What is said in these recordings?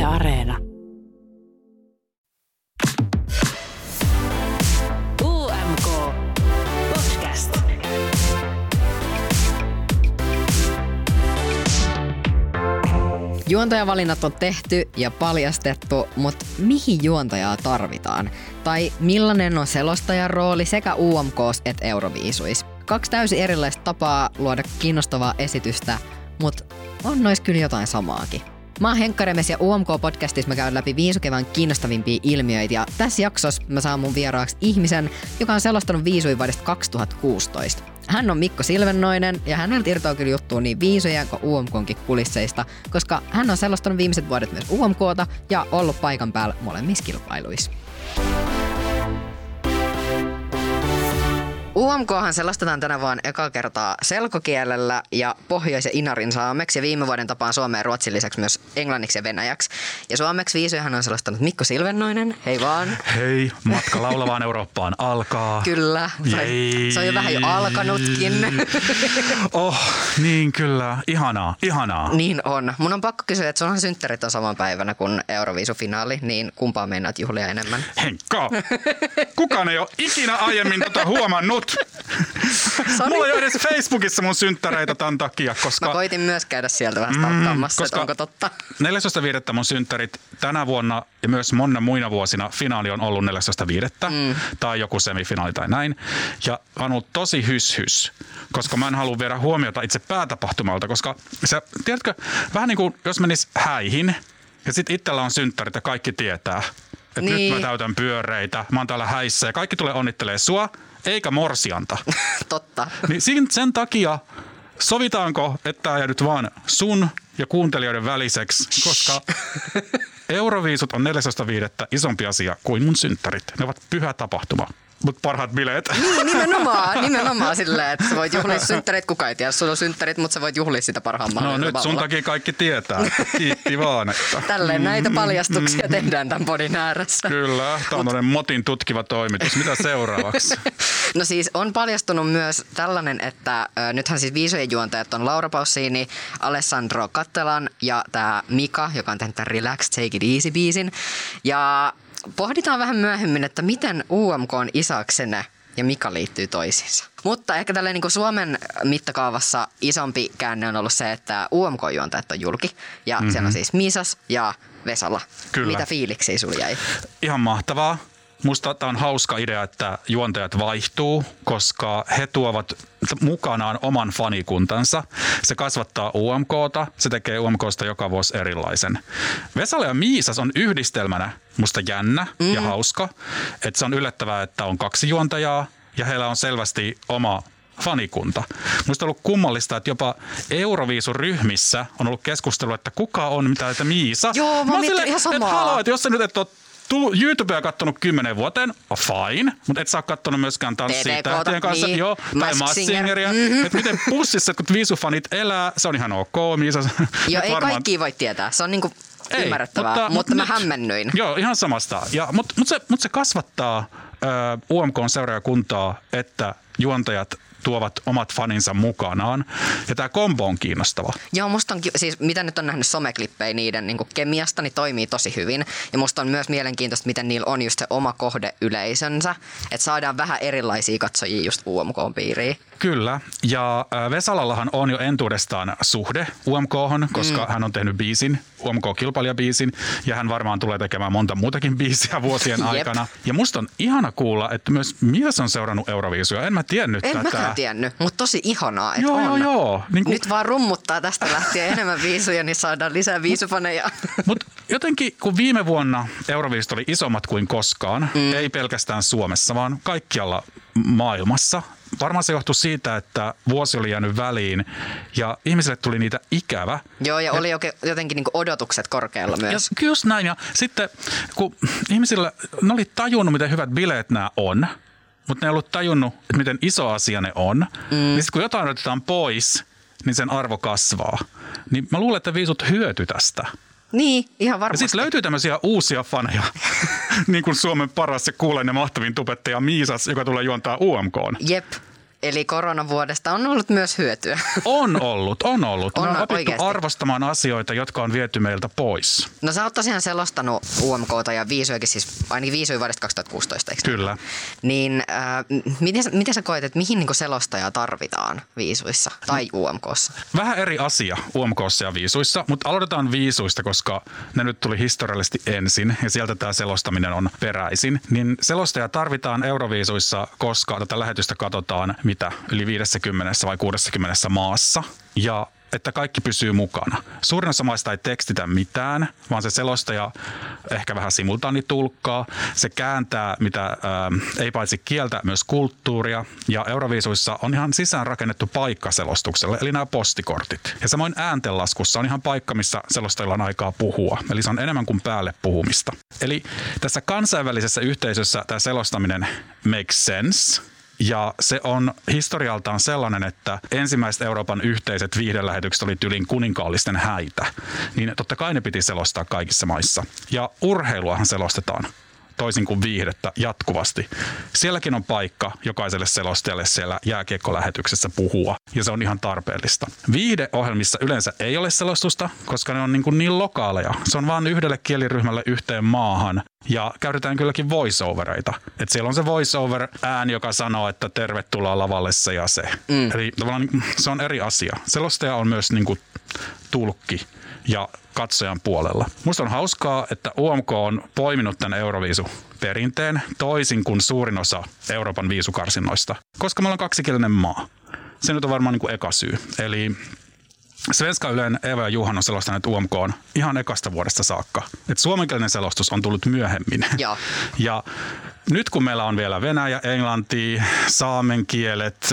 Yle Areena. UMK Podcast. Juontajavalinnat on tehty ja paljastettu, mutta mihin juontajaa tarvitaan? Tai millainen on selostajan rooli sekä UMK:ssa että Euroviisuissa? Kaksi täysin erilaista tapaa luoda kiinnostavaa esitystä, mutta on noissa kyllä jotain samaakin. Mä oon Henkka Remes ja UMK-podcastissa mä käyn läpi viisukevään kiinnostavimpia ilmiöitä ja tässä jaksossa mä saan mun vieraaksi ihmisen, joka on selostanut viisuja vuodesta 2016. Hän on Mikko Silvennoinen ja häneltä irtoaa kyllä juttua niin viisujen kuin UMK:nkin kulisseista, koska hän on selostanut viimeiset vuodet myös UMK:ta ja ollut paikan päällä molemmissa kilpailuissa. UMK:han selostetaan tänä vuonna eka kertaa selkokielellä ja pohjois- ja inarin saameksi ja viime vuoden tapaan suomen ja ruotsin lisäksi myös englanniksi ja venäjäksi. Ja suomeksi viisujahan on selostanut Mikko Silvennoinen. Hei vaan. Hei, matka laulavaan Eurooppaan alkaa. Kyllä, se on jo vähän jo alkanutkin. Niin kyllä, ihanaa. Niin on. Mun on pakko kysyä, että sunhan synttärit on saman päivänä kuin Euroviisufinaali, niin kumpaa meinaat juhlia enemmän? Henkka, kukaan ei ole ikinä aiemmin huomannut. Mulla ei ole edes Facebookissa mun synttäreitä tämän takia, koska... Mä koitin myös käydä sieltä vähän stalkkaamassa, että onko totta. 14.5. mun synttärit tänä vuonna ja myös monna muina vuosina finaali on ollut 14.5. Tai joku semifinaali tai näin. Ja on ollut tosi hys, koska mä en halua viedä huomiota itse päätapahtumalta, koska se, tiedätkö, vähän niin kuin jos menis häihin ja sit itsellä on synttärit ja kaikki tietää, että niin. Nyt mä täytän pyöreitä, mä oon täällä häissä ja kaikki tulee onnittelee sua, eikä morsianta. Totta. Niin sen takia sovitaanko, että tää jää nyt vaan sun ja kuuntelijoiden väliseksi, koska Euroviisut on 14.5. isompi asia kuin mun synttärit. Ne ovat pyhä tapahtuma. Mutta parhaat bileet. Niin, nimenomaan silleen, että sä voit juhlia synttärit, kukaan ei tiedä, sulla on synttärit, mutta sä voit juhlia sitä parhaammalla. No nyt sun takia kaikki tietää, kiitti vaan. Että. Tälleen näitä paljastuksia tehdään tämän podin ääressä. Kyllä, tämä on tämmöinen Motin tutkiva toimitus. Mitä seuraavaksi? No siis on paljastunut myös tällainen, että nythän siis viisujen juontajat on Laura Pausini, Alessandro Cattelan ja tämä Mika, joka on tehnyt tämän Relax, Take It Easy-biisin. Ja pohditaan vähän myöhemmin, että miten UMK:n Isaksenne ja Mika liittyy toisiinsa. Mutta ehkä tälleen niin kuin Suomen mittakaavassa isompi käänne on ollut se, että UMK-juontajat on julki. Ja siellä on siis Miisas ja Vesala. Kyllä. Mitä fiiliksiä sulla jäi? Ihan mahtavaa. Musta tämä on hauska idea, että juontajat vaihtuu, koska he tuovat mukanaan oman fanikuntansa. Se kasvattaa UMK:ta, se tekee UMK:sta joka vuosi erilaisen. Vesala ja Miisas on yhdistelmänä musta jännä ja hauska. Että se on yllättävää, että on kaksi juontajaa ja heillä on selvästi oma fanikunta. Musta on ollut kummallista, että jopa Euroviisuryhmissä on ollut keskustelu, että kuka on mitä, että Miisa. Joo, mä mietin ihan samaa. Että haloo, että jos sä nyt et ole YouTubea kattonut 10 vuoteen, fine, mutta et sä ole kattonut myöskään tanssia tähtien kanssa, niin. Tai Masked Singeria. Että miten pussissa, kun viisufanit elää, se on ihan ok. Joo, ei kaikki voi tietää. Se on niinku ymmärrettävää, mutta mä hämmennyin. Joo, ihan samasta. Mutta se kasvattaa UMK:n seuraajakuntaa, että juontajat tuovat omat faninsa mukanaan. Ja tämä kombo on kiinnostava. Joo, musta on, siis mitä nyt on nähnyt someklippejä niiden niin kemiasta, niin toimii tosi hyvin. Ja musta on myös mielenkiintoista, miten niillä on just se oma kohdeyleisönsä. Että saadaan vähän erilaisia katsojia just UMK-piiriin. Kyllä, ja Vesalallahan on jo entuudestaan suhde UMK:hon, koska hän on tehnyt biisin, UMK-kilpailijabiisin, ja hän varmaan tulee tekemään monta muutakin biisiä vuosien aikana. Ja musta on ihana kuulla, että myös mies on seurannut Euroviisuja. En mä tiennyt tätä. En mäkään tiennyt, mutta tosi ihanaa, että Joo. Niin nyt vaan rummuttaa tästä lähtien enemmän viisuja, niin saadaan lisää viisufaneja. Mutta jotenkin, kun viime vuonna Euroviisut oli isommat kuin koskaan, ei pelkästään Suomessa, vaan kaikkialla maailmassa. Varmaan se johtui siitä, että vuosi oli jäänyt väliin ja ihmisille tuli niitä ikävä. Joo, ja oli jotenkin niin kuin odotukset korkealla myös. Ja just näin. Ja sitten kun ihmisillä, ne oli tajunnut, miten hyvät bileet nämä on, mutta ne ei ollut tajunnut, että miten iso asia ne on. Niin sitten kun jotain otetaan pois, niin sen arvo kasvaa. Niin mä luulen, että viisut hyöty tästä. Niin, ihan varmasti. Ja sitten löytyy tämmöisiä uusia faneja, niin kuin Suomen paras ja kuuleinen mahtavin tubettaja Miisas, joka tulee juontaa UMK:n. Jep. Eli koronavuodesta on ollut myös hyötyä. On ollut. On Me on opittu oikeasti arvostamaan asioita, jotka on viety meiltä pois. No sä oot tosiaan selostanut UMKta ja viisujakin, siis ainakin viisuja vuodesta 2016, eikö? Kyllä. Niin miten sä koet, että mihin niinku selostajaa tarvitaan viisuissa tai UMKssa? Vähän eri asia UMKssa ja viisuissa, mutta aloitetaan viisuista, koska ne nyt tuli historiallisesti ensin ja sieltä tämä selostaminen on peräisin. Niin selostaja tarvitaan Euroviisuissa, koska tätä lähetystä katsotaan yli 50 vai 60 maassa ja että kaikki pysyy mukana. Suurin osa maista ei tekstitä mitään, vaan se selostaja ehkä vähän simultaanitulkkaa. Se kääntää ei paitsi kieltä, myös kulttuuria. Ja Euroviisuissa on ihan sisään rakennettu paikka selostukselle, eli nämä postikortit. Ja samoin ääntenlaskussa on ihan paikka, missä selostajilla on aikaa puhua. Eli se on enemmän kuin päälle puhumista. Eli tässä kansainvälisessä yhteisössä tämä selostaminen makes sense. Ja se on historialtaan sellainen, että ensimmäiset Euroopan yhteiset viihdelähetykset oli tyylin kuninkaallisten häitä. Niin totta kai ne piti selostaa kaikissa maissa. Ja urheiluahan selostetaan toisin kuin viihdettä jatkuvasti. Sielläkin on paikka jokaiselle selostajalle siellä jääkiekkolähetyksessä puhua, ja se on ihan tarpeellista. Viihdeohjelmissa yleensä ei ole selostusta, koska ne on niin lokaaleja. Se on vain yhdelle kieliryhmälle yhteen maahan, ja käytetään kylläkin voice-overeita. Et siellä on se voice-over-ääni, joka sanoo, että tervetuloa lavalle se ja se. Eli tavallaan se on eri asia. Selostaja on myös tulkki ja katsojan puolella. Musta on hauskaa, että UMK on poiminut tämän Euroviisu-perinteen toisin kuin suurin osa Euroopan viisukarsinnoista, koska me ollaan kaksikielinen maa. Se nyt on varmaan eka syy. Eli Svenska Ylen Eeva ja Juhan on selostaneet UMK:n ihan ekasta vuodesta saakka. Et suomenkielinen selostus on tullut myöhemmin. Ja nyt kun meillä on vielä Venäjä, Englanti, saamen kielet,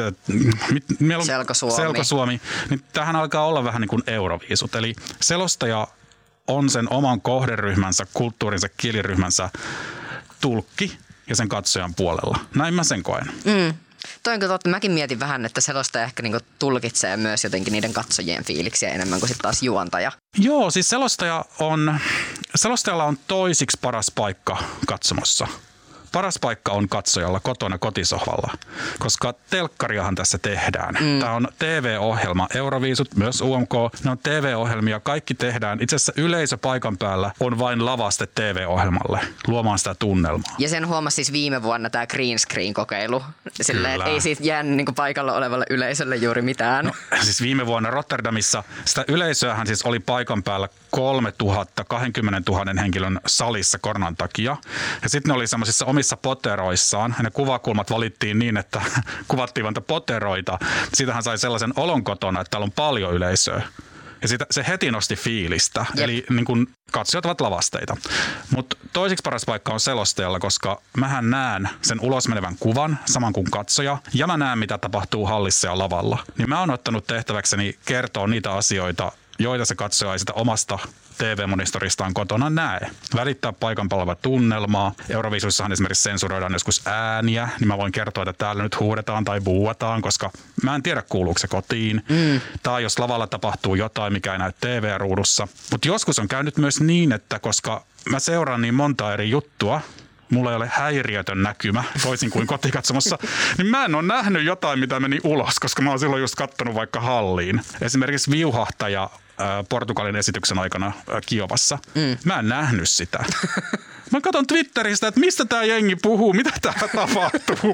selkosuomi, niin tähän alkaa olla vähän niin kuin Euroviisut. Eli selostaja on sen oman kohderyhmänsä, kulttuurinsa, kieliryhmänsä tulkki ja sen katsojan puolella. Näin mä sen koen. Toi on kyllä totta. Mäkin mietin vähän, että selostaja ehkä niinku tulkitsee myös jotenkin niiden katsojien fiiliksiä enemmän kuin sitten taas juontaja. Joo, siis selostajalla on toisiksi paras paikka katsomossa. Paras paikka on katsojalla kotona kotisohvalla, koska telkkariahan tässä tehdään. Tämä on TV-ohjelma, Euroviisut, myös UMK, ne on TV-ohjelmia, kaikki tehdään. Itse asiassa yleisö paikan päällä on vain lavaste TV-ohjelmalle, luomaan sitä tunnelmaa. Ja sen huomasi siis viime vuonna tämä green screen-kokeilu, silleen, että ei siitä jäänyt niin paikalla olevalle yleisölle juuri mitään. No, siis viime vuonna Rotterdamissa sitä yleisöähän siis oli paikan päällä 3000, 20 000 henkilön salissa koronan takia. Ja sitten ne oli semmoisissa omissa poteroissaan. Ja ne kuvakulmat valittiin niin, että kuvattiin vain poteroita. Siitähän sai sellaisen olon kotona, että täällä on paljon yleisöä. Ja se heti nosti fiilistä. Jep. Eli niin kun katsojat ovat lavasteita. Mutta toiseksi paras paikka on selostajalla, koska mähän näen sen ulosmenevän kuvan saman kuin katsoja. Ja mä näen, mitä tapahtuu hallissa ja lavalla. Niin mä oon ottanut tehtäväkseni kertoa niitä asioita, joita se katsoja ei sitä omasta TV-monitoristaan kotona näe. Välittää paikan palvaa tunnelmaa. Euroviisuissahan esimerkiksi sensuroidaan joskus ääniä, niin mä voin kertoa, että täällä nyt huudetaan tai buuataan, koska mä en tiedä kuuluuko se kotiin. Tai jos lavalla tapahtuu jotain, mikä ei näy TV-ruudussa. Mutta joskus on käynyt myös niin, että koska mä seuraan niin monta eri juttua, mulla ei ole häiriötön näkymä, toisin kuin kotikatsomossa, niin mä en ole nähnyt jotain, mitä meni ulos, koska mä oon silloin just kattonut vaikka halliin. Esimerkiksi viuhahtaja Portugalin esityksen aikana Kiovassa. Mä en nähnyt sitä. Mä katson Twitteristä, että mistä tää jengi puhuu, mitä täällä tapahtuu.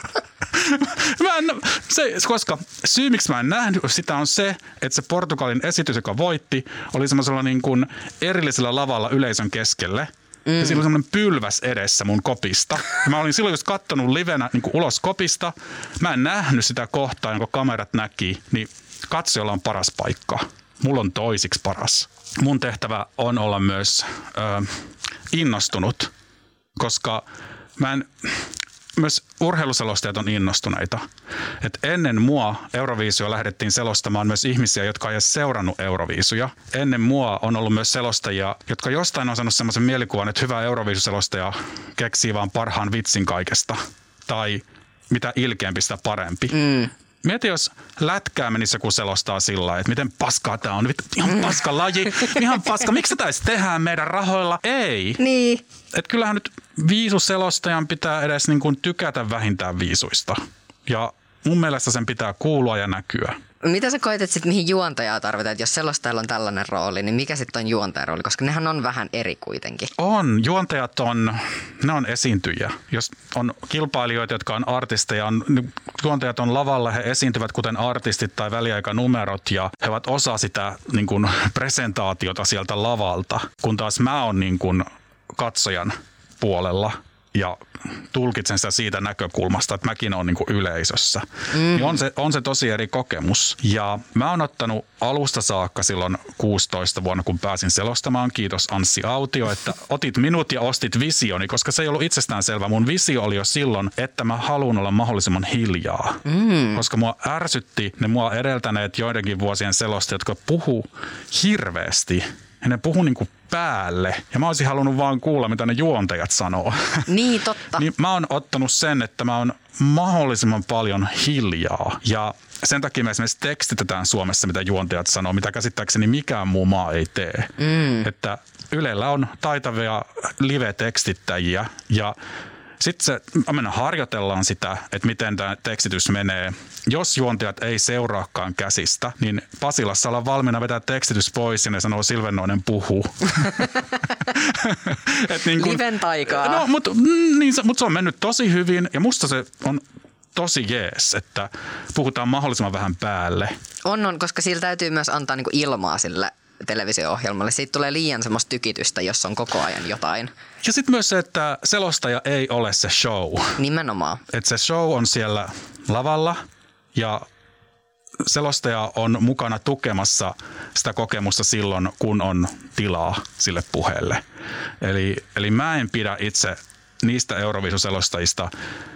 Koska syy, miksi mä en nähnyt sitä, on se, että se Portugalin esitys, joka voitti, oli semmoisella niin kuin erillisellä lavalla yleisön keskelle. Ja siinä oli semmoinen pylväs edessä mun kopista. Ja mä olin silloin just kattonut livenä niin kuin ulos kopista. Mä en nähnyt sitä kohtaa, jonka kamerat näki, niin katsojalla on paras paikka. Mulla on toisiksi paras. Mun tehtävä on olla myös innostunut, koska myös urheiluselostajat on innostuneita. Et ennen mua Euroviisuja lähdettiin selostamaan myös ihmisiä, jotka ei edes seurannut Euroviisuja. Ennen mua on ollut myös selostajia, jotka jostain on saanut semmoisen mielikuvan, että hyvä Euroviisuselostaja keksii vaan parhaan vitsin kaikesta. Tai mitä ilkeämpi, sitä parempi. Mieti, jos lätkää menisi joku selostaa sillä lailla, että miten paskaa tää on. Ihan paska laji, ihan paska. Miksi tätä edes tehdään meidän rahoilla? Ei. Niin. Että kyllähän nyt viisuselostajan pitää edes niin kuin tykätä vähintään viisuista. Ja mun mielestä sen pitää kuulua ja näkyä. Mitä sä koetat sitten, mihin juontajaa tarvitaan? Että jos selostajalla on tällainen rooli, niin mikä sitten on juontajan rooli? Koska nehän on vähän eri kuitenkin. Juontajat ne on esiintyjiä. Jos on kilpailijoita, jotka on artisteja, juontajat on lavalla, he esiintyvät kuten artistit tai väliaikanumerot ja he ovat osa sitä niin kuin presentaatiota sieltä lavalta, kun taas mä oon niin kuin katsojan puolella ja tulkitsen sitä siitä näkökulmasta, että mäkin olen niin kuin yleisössä. Niin on se tosi eri kokemus. Ja mä oon ottanut alusta saakka silloin 16 vuonna, kun pääsin selostamaan. Kiitos Anssi Autio, että otit minut ja ostit visioni, koska se ei ollut itsestäänselvä. Mun visio oli jo silloin, että mä haluan olla mahdollisimman hiljaa. Koska mua ärsytti ne mua edeltäneet joidenkin vuosien selostajat, jotka puhuu hirveästi. Ja ne puhuu niin kuin päälle. Ja mä olisin halunnut vaan kuulla, mitä ne juontajat sanoo. Niin, totta. Niin mä oon ottanut sen, että mä oon mahdollisimman paljon hiljaa. Ja sen takia me esimerkiksi tekstitetään Suomessa, mitä juontajat sanoo, mitä käsittääkseni mikään muu maa ei tee. Että Ylellä on taitavia live-tekstittäjiä ja sitten me harjoitellaan sitä, että miten tämä tekstitys menee. Jos juontajat ei seuraakaan käsistä, niin Pasilassa ollaan valmiina vetää tekstitys pois ja ne sanoo Silvennoinen puhuu. Liven taikaa. No, mutta se on mennyt tosi hyvin ja musta se on tosi jees, että puhutaan mahdollisimman vähän päälle. On, koska sillä täytyy myös antaa niinku ilmaa sille televisio-ohjelmalle. Siitä tulee liian semmoista tykitystä, jos on koko ajan jotain. Ja sitten myös se, että selostaja ei ole se show. Nimenomaan. Että se show on siellä lavalla ja selostaja on mukana tukemassa sitä kokemusta silloin, kun on tilaa sille puheelle. Eli mä en pidä itse niistä Euroviisuselostajista,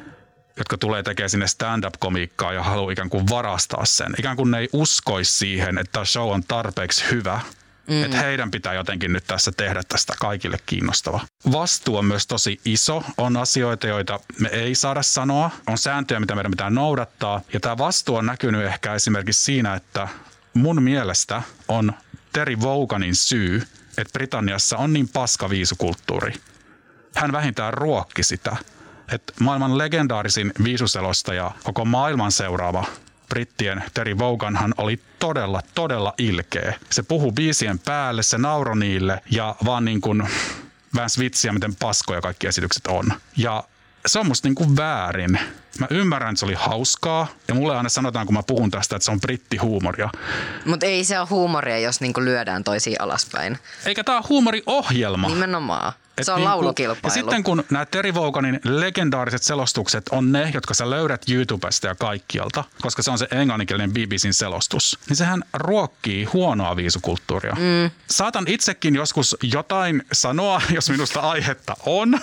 jotka tulee tekemään sinne stand-up-komiikkaa ja haluaa ikään kuin varastaa sen. Ikään kuin ne ei uskoisi siihen, että tämä show on tarpeeksi hyvä. Että heidän pitää jotenkin nyt tässä tehdä tästä kaikille kiinnostava. Vastuu on myös tosi iso. On asioita, joita me ei saada sanoa. On sääntöjä, mitä meidän pitää noudattaa. Ja tämä vastuu on näkynyt ehkä esimerkiksi siinä, että mun mielestä on Terry Woganin syy, että Britanniassa on niin paska viisukulttuuri. Hän vähintään ruokki sitä. Että maailman legendaarisin viisuselostaja, koko maailman seuraava brittien Terry Woganhan oli todella, todella ilkeä. Se puhui biisien päälle, se nauroi niille ja vaan niin kuin väänsi vitsiä, miten paskoja kaikki esitykset on. Ja se on musta niin kuin väärin. Mä ymmärrän, että se oli hauskaa ja mulle aina sanotaan, kun mä puhun tästä, että se on brittihuumoria. Mutta ei se ole huumoria, jos niinku lyödään toisiin alaspäin. Eikä tää ole huumoriohjelma. Nimenomaan. Se on laulukilpailu. Ja sitten kun nämä Terry Woganin legendaariset selostukset on ne, jotka sä löydät YouTubesta ja kaikkialta, koska se on se englanninkielinen BBCn selostus, niin sehän ruokkii huonoa viisukulttuuria. Saatan itsekin joskus jotain sanoa, jos minusta aihetta on,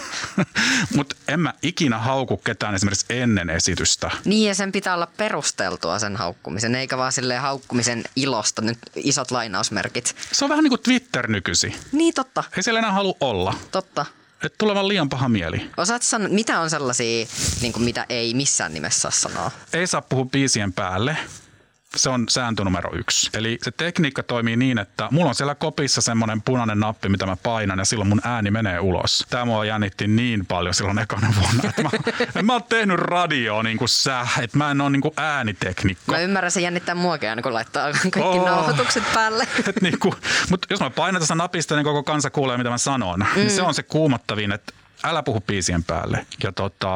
mutta en mä ikinä hauku ketään esimerkiksi ennen esitystä. Niin ja sen pitää olla perusteltua sen haukkumisen, eikä vaan silleen haukkumisen ilosta, nyt isot lainausmerkit. Se on vähän niin kuin Twitter nykyisin. Niin totta. Ei siellä enää halua olla. Totta. Että tulee vaan liian paha mieli. Osaatko sanoa, mitä on sellaisia, niin kuin mitä ei missään nimessä saa sanoa? Ei saa puhua biisien päälle. Se on sääntö numero 1. Eli se tekniikka toimii niin, että mulla on siellä kopissa semmoinen punainen nappi, mitä mä painan ja silloin mun ääni menee ulos. Tää mua jännitti niin paljon silloin ekana vuonna, että mä oon tehnyt radioa niin kuin sä, että mä en ole niin kuin ääniteknikko. Mä ymmärrän, se jännittää muakin aina, kun laittaa kaikki nauhoitukset päälle. Mutta jos mä painan tässä napista, niin koko kansa kuulee, mitä mä sanon. Niin se on se kuumottavin, että älä puhu biisien päälle. Ja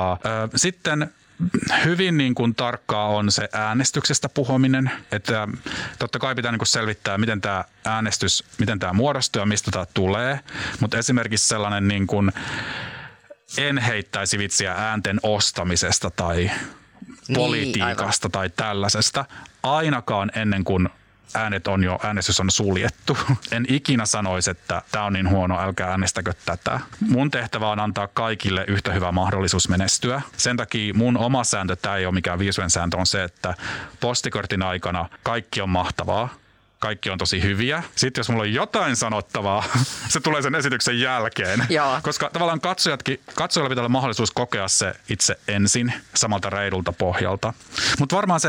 sitten hyvin niin kuin tarkkaa on se äänestyksestä puhuminen, että totta kai pitää niin kuin selvittää, miten tämä äänestys, miten tämä muodostuu ja mistä tämä tulee, mutta esimerkiksi sellainen niin kuin en heittäisi vitsiä äänten ostamisesta tai politiikasta niin, tai tällaisesta, ainakaan ennen kuin äänestys on suljettu. En ikinä sanoisi, että tämä on niin huono, älkää äänestäkö tätä. Mun tehtävä on antaa kaikille yhtä hyvä mahdollisuus menestyä. Sen takia mun oma sääntö, tämä ei ole mikään viisujen sääntö, on se, että postikortin aikana kaikki on mahtavaa. Kaikki on tosi hyviä. Sitten jos mulla on jotain sanottavaa, se tulee sen esityksen jälkeen. Joo. Koska tavallaan katsojilla pitää olla mahdollisuus kokea se itse ensin samalta reilulta pohjalta. Mutta varmaan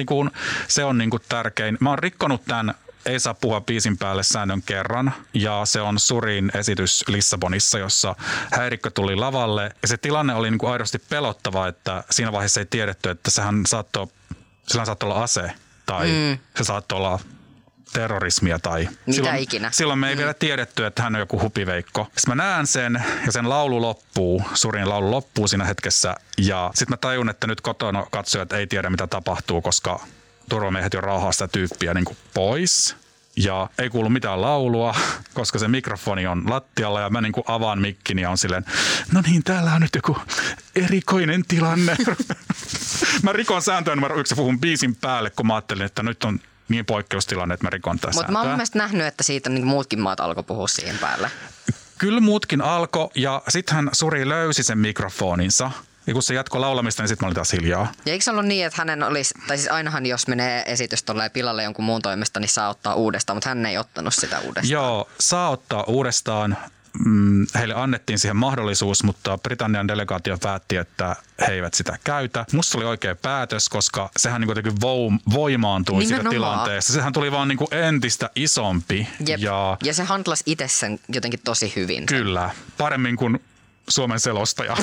se on niinku tärkein. Mä oon rikkonut tämän ei saa puhua biisin päälle säännön kerran. Ja se on Surin esitys Lissabonissa, jossa häirikkö tuli lavalle. Ja se tilanne oli niinku aidosti pelottava, että siinä vaiheessa ei tiedetty, että sehän saattoi Sillä saattoi olla ase tai se saattoi olla terrorismia tai ikinä. Silloin me ei vielä tiedetty, että hän on joku hupiveikko. Sitten mä näen sen ja sen laulu loppuu, Surin laulu loppuu siinä hetkessä ja sitten mä tajun, että nyt kotona katsojat ei tiedä mitä tapahtuu, koska turvamiehet jo raahaa sitä tyyppiä niin kuin pois. Ja ei kuulu mitään laulua, koska se mikrofoni on lattialla ja mä niin kuin avaan mikkin ja on silleen, no niin, täällä on nyt joku erikoinen tilanne. Mä rikon sääntöä numero 1 ja puhun biisin päälle, kun mä ajattelin, että nyt on niin poikkeustilanne, että mä rikon tätä sääntöä. Mutta mä oon mielestäni nähnyt, että siitä niin muutkin maat alkoi puhua siihen päälle. Kyllä muutkin alkoi ja sitten Suri löysi sen mikrofoninsa. Ja kun se jatkoi laulamista, niin sitten mä olin taas hiljaa. Ja eikö se ollut niin, että hänen olisi, tai siis ainahan jos menee esitys tolleen pilalle jonkun muun toimesta, niin saa ottaa uudestaan, mutta hän ei ottanut sitä uudestaan. Joo, saa ottaa uudestaan. Heille annettiin siihen mahdollisuus, mutta Britannian delegaatio päätti, että he eivät sitä käytä. Musta oli oikea päätös, koska sehän niin jotenkin voimaantui siitä tilanteessa. Sehän tuli vaan niin kuin entistä isompi. Jep. Ja se handlasi itse sen jotenkin tosi hyvin. Kyllä, paremmin kuin Suomen selostaja.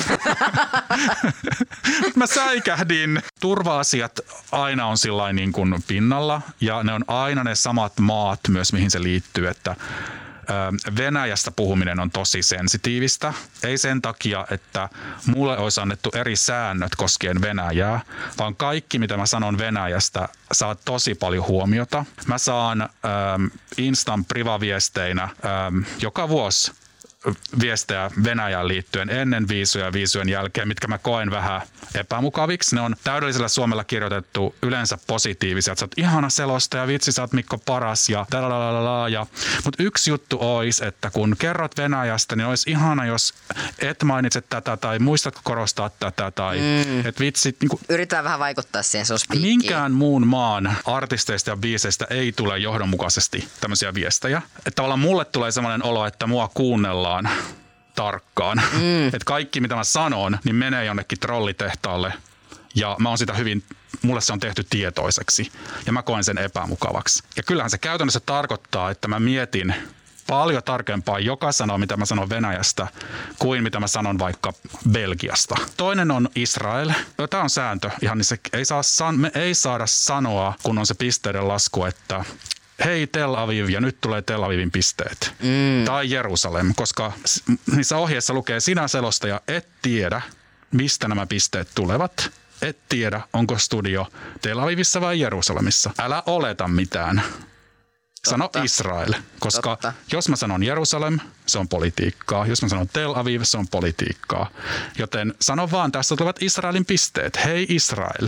Mä säikähdin. Turva-asiat aina on sillain niin kuin pinnalla ja ne on aina ne samat maat myös, mihin se liittyy, että Venäjästä puhuminen on tosi sensitiivistä. Ei sen takia, että mulle olisi annettu eri säännöt koskien Venäjää, vaan kaikki, mitä mä sanon Venäjästä, saa tosi paljon huomiota. Mä saan Instan privaviesteinä joka vuosi viestejä Venäjään liittyen ennen viisuja ja viisujen jälkeen, mitkä mä koen vähän epämukaviksi. Ne on täydellisellä suomella kirjoitettu, yleensä positiivisia, että sä oot ihana selostaja, vitsi sä oot Mikko paras ja talalala. Mutta yksi juttu olisi, että kun kerrot Venäjästä, niin olisi ihana, jos et mainitse tätä tai muistatko korostaa tätä tai et vitsi. Niin yritetään vähän vaikuttaa siihen sun spiikkiin. Minkään muun maan artisteista ja biiseistä ei tule johdonmukaisesti tämmöisiä viestejä. Että tavallaan mulle tulee sellainen olo, että mua kuunnellaan tarkkaan. Että kaikki, mitä mä sanon, niin menee jonnekin trollitehtaalle. Ja mä oon sitä mulle se on tehty tietoiseksi. Ja mä koen sen epämukavaksi. Ja kyllähän se käytännössä tarkoittaa, että mä mietin paljon tarkempaa joka sanoa, mitä mä sanon Venäjästä, kuin mitä mä sanon vaikka Belgiasta. Toinen on Israel. Tämä on sääntö. Ihan niin me ei saada sanoa, kun on se pisteiden lasku, että hei Tel Aviv ja nyt tulee Tel Avivin pisteet. Tai Jerusalem, koska niissä ohjeissa lukee sinä selostaja et tiedä, mistä nämä pisteet tulevat. Et tiedä, onko studio Tel Avivissa vai Jerusalemissa. Älä oleta mitään. Sano Israel, koska jos mä sanon Jerusalem, se on politiikkaa. Jos mä sanon Tel Aviv, se on politiikkaa. Joten sano vaan, tässä tulevat Israelin pisteet. Hei Israel.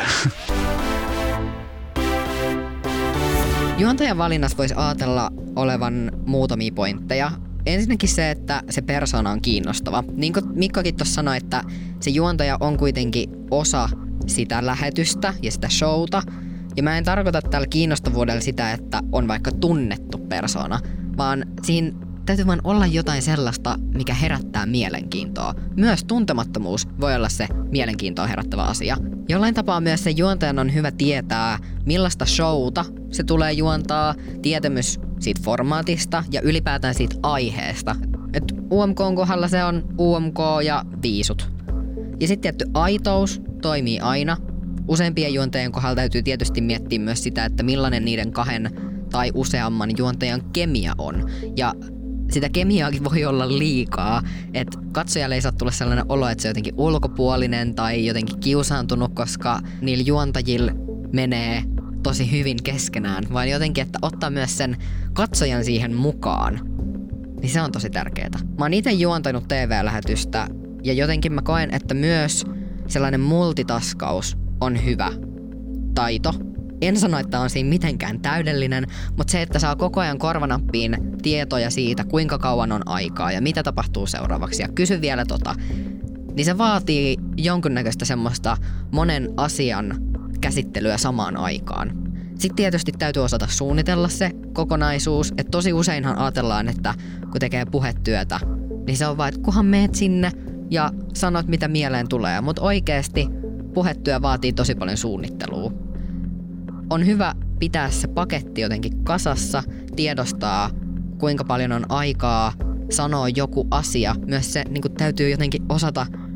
Juontajan valinnassa voisi ajatella olevan muutamia pointteja. Ensinnäkin se, että se persona on kiinnostava. Niin kuin Mikkokin tuossa sanoi, että se juontaja on kuitenkin osa sitä lähetystä ja sitä showta. Ja mä en tarkoita tällä kiinnostavuudella sitä, että on vaikka tunnettu persona, vaan siinä täytyy vaan olla jotain sellaista, mikä herättää mielenkiintoa. Myös tuntemattomuus voi olla se mielenkiintoa herättävä asia. Jollain tapaa myös se juontajan on hyvä tietää, millaista showta se tulee juontaa, tietämys siitä formaatista ja ylipäätään siitä aiheesta. Et UMK:n kohdalla se on UMK ja viisut. Ja sitten tietty aitous toimii aina. Useimpien juontajien kohdalla täytyy tietysti miettiä myös sitä, että millainen niiden kahden tai useamman juontajan kemia on. Ja sitä kemiaakin voi olla liikaa, että katsojalle ei saa tulla sellainen olo, että se on jotenkin ulkopuolinen tai jotenkin kiusaantunut, koska niillä juontajilla menee tosi hyvin keskenään, vaan jotenkin, että ottaa myös sen katsojan siihen mukaan. Niin se on tosi tärkeää. Mä oon itse juontanut TV-lähetystä ja jotenkin mä koen, että myös sellainen multitaskaus on hyvä taito. En sano, että on siinä mitenkään täydellinen, mutta se, että saa koko ajan korvanappiin tietoja siitä, kuinka kauan on aikaa ja mitä tapahtuu seuraavaksi ja kysy vielä niin se vaatii jonkunnäköistä semmoista monen asian käsittelyä samaan aikaan. Sitten tietysti täytyy osata suunnitella se kokonaisuus, että tosi useinhan ajatellaan, että kun tekee puhetyötä, niin se on vaan, että kunhan meet sinne ja sanot mitä mieleen tulee, mutta oikeasti puhetyö vaatii tosi paljon suunnittelua. On hyvä pitää se paketti jotenkin kasassa, tiedostaa kuinka paljon on aikaa sanoa joku asia. Myös se niin kuin täytyy jotenkin osata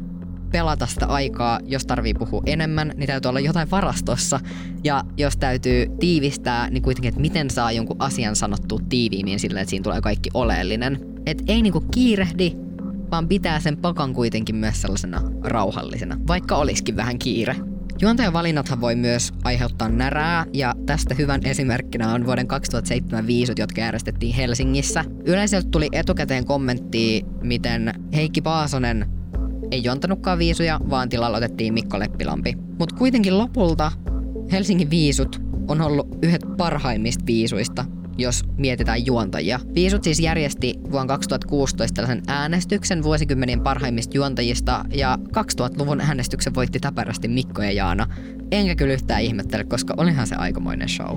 pelata sitä aikaa, jos tarvii puhua enemmän, niin täytyy olla jotain varastossa. Ja jos täytyy tiivistää, niin kuitenkin, että miten saa jonkun asian sanottua tiiviimmin sillä, että siinä tulee kaikki oleellinen. Että ei niinku kiirehdi, vaan pitää sen pakan kuitenkin myös sellaisena rauhallisena, vaikka olisikin vähän kiire. Juontajavalinnathan voi myös aiheuttaa närää, ja tästä hyvän esimerkkinä on vuoden 2007 viisut, jotka järjestettiin Helsingissä. Yleisöltä tuli etukäteen kommenttia, miten Heikki Paasonen ei juontanutkaan viisuja, vaan tilalla otettiin Mikko Leppilampi. Mutta kuitenkin lopulta Helsingin viisut on ollut yhdet parhaimmista viisuista, jos mietitään juontajia. Viisut siis järjesti vuonna 2016 tällaisen äänestyksen vuosikymmenien parhaimmista juontajista, ja 2000-luvun äänestyksen voitti täpärästi Mikko ja Jaana. Enkä kyllä yhtään ihmettele, koska olihan se aikamoinen show.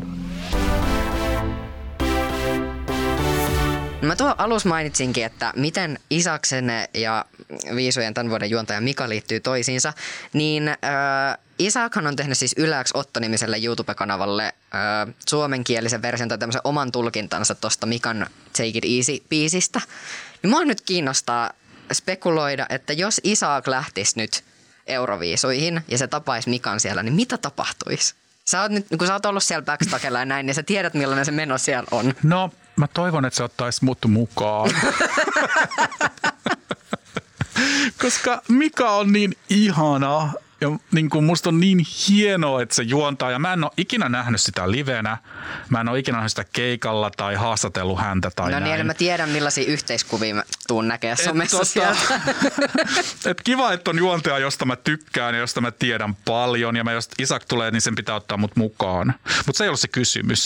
Mä tuon alussa mainitsinkin, että miten Isaksen ja viisujen tämän vuoden juontaja Mika liittyy toisiinsa, niin Isakhan on tehnyt siis Yle X Otto-nimiselle YouTube-kanavalle suomenkielisen version tai tämmöisen oman tulkintansa tosta Mikan Take It Easy-biisistä. Niin mua nyt kiinnostaa spekuloida, että jos Isak lähtisi nyt Euroviisuihin ja se tapaisi Mikan siellä, niin mitä tapahtuisi? Sä oot nyt, kun sä oot ollut siellä backstakella ja näin, niin sä tiedät millainen se meno siellä on. No, mä toivon, että se ottaisi mut mukaan. Koska Mika on niin ihana ja niin kuin musta on niin hienoa, että se juontaa. Ja mä en ole ikinä nähnyt sitä livenä. Mä en ole ikinä nähnyt sitä keikalla tai haastatellut häntä tai näin. No niin, eli mä tiedän millaisia yhteiskuvia mä tuun näkee somessa sieltä. Et kiva, että on juontaja, josta mä tykkään ja josta mä tiedän paljon. Ja jos Isak tulee, niin sen pitää ottaa mut mukaan. Mutta se ei ollut se kysymys.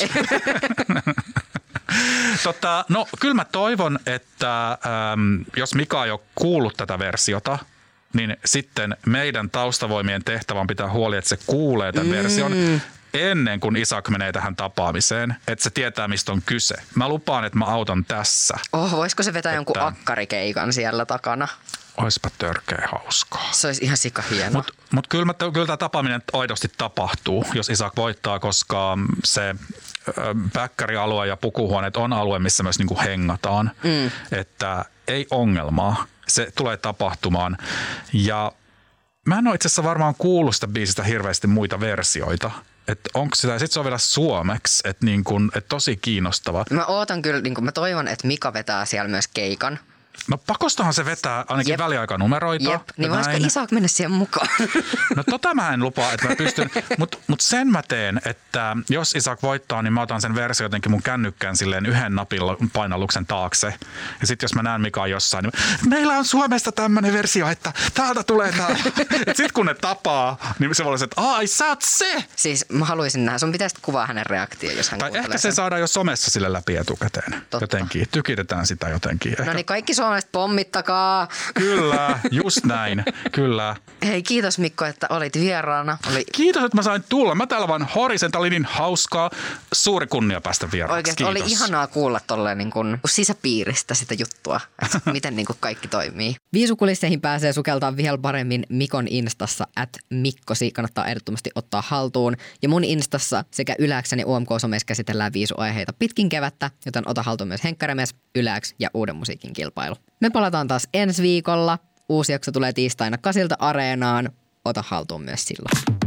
No kyllä mä toivon, että jos Mika ei ole kuullut tätä versiota, niin sitten meidän taustavoimien tehtävän pitää huoli, että se kuulee tämän version ennen kuin Isak menee tähän tapaamiseen, että se tietää, mistä on kyse. Mä lupaan, että mä autan tässä. Voisiko se vetää jonkun akkarikeikan siellä takana? Oispa törkeä hauskaa. Se olisi ihan sikahienoa. Mut kyllä tämä tapaaminen aidosti tapahtuu, jos Isak voittaa, koska se päkkärialue ja pukuhuoneet on alue, missä myös niinku hengataan. Että ei ongelmaa. Se tulee tapahtumaan. Ja mä en ole itse asiassa varmaan kuullut sitä biisistä hirveästi muita versioita. Että onko sitä, ja sit se on vielä suomeksi, että tosi kiinnostava. Mä ootan kyllä, mä toivon, että Mika vetää siellä myös keikan. No pakostahan se vetää ainakin väliaikanumeroita. Jep, niin voisiko Isak mennä siihen mukaan? No mä en lupaa, että mä pystyn, mutta sen mä teen, että jos Isak voittaa, niin mä otan sen versio jotenkin mun kännykkään silleen yhden painalluksen taakse. Ja sitten jos mä näen Mikaa jossain, niin meillä on Suomesta tämmönen versio, että täältä tulee tää. Sitten kun ne tapaa, niin se voi olla, että ai sä oot se! Siis mä haluaisin nähdä, sun pitäisi kuvaa hänen reaktio, jos hän kuuntelee ehkä se saadaan jo somessa sille läpi etukäteen. Totta. Jotenkin, tykitetään sitä jotenkin. No niin, kaikki suomalaiset pommittakaa. Kyllä, just näin, kyllä. Hei, kiitos Mikko, että olit vieraana. Kiitos, että mä sain tulla. Mä täällä vaan horisen, tää oli niin hauskaa. Suuri kunnia päästä vieraaksi. Oikeasti oli ihanaa kuulla tolleen niin kuin sisäpiiristä sitä juttua, että miten niin kuin kaikki toimii. Viisukulisseihin pääsee sukeltaa vielä paremmin Mikon instassa @mikkosi. Kannattaa ehdottomasti ottaa haltuun. Ja mun instassa sekä Yle X:n ja UMK-someissa käsitellään viisuaiheita pitkin kevättä, joten ota haltuun myös Henkkaremies, Yle X ja Uuden musiikin kilpailu. Me palataan taas ensi viikolla. Uusi jakso tulee tiistaina 8 Areenaan. Ota haltuun myös silloin.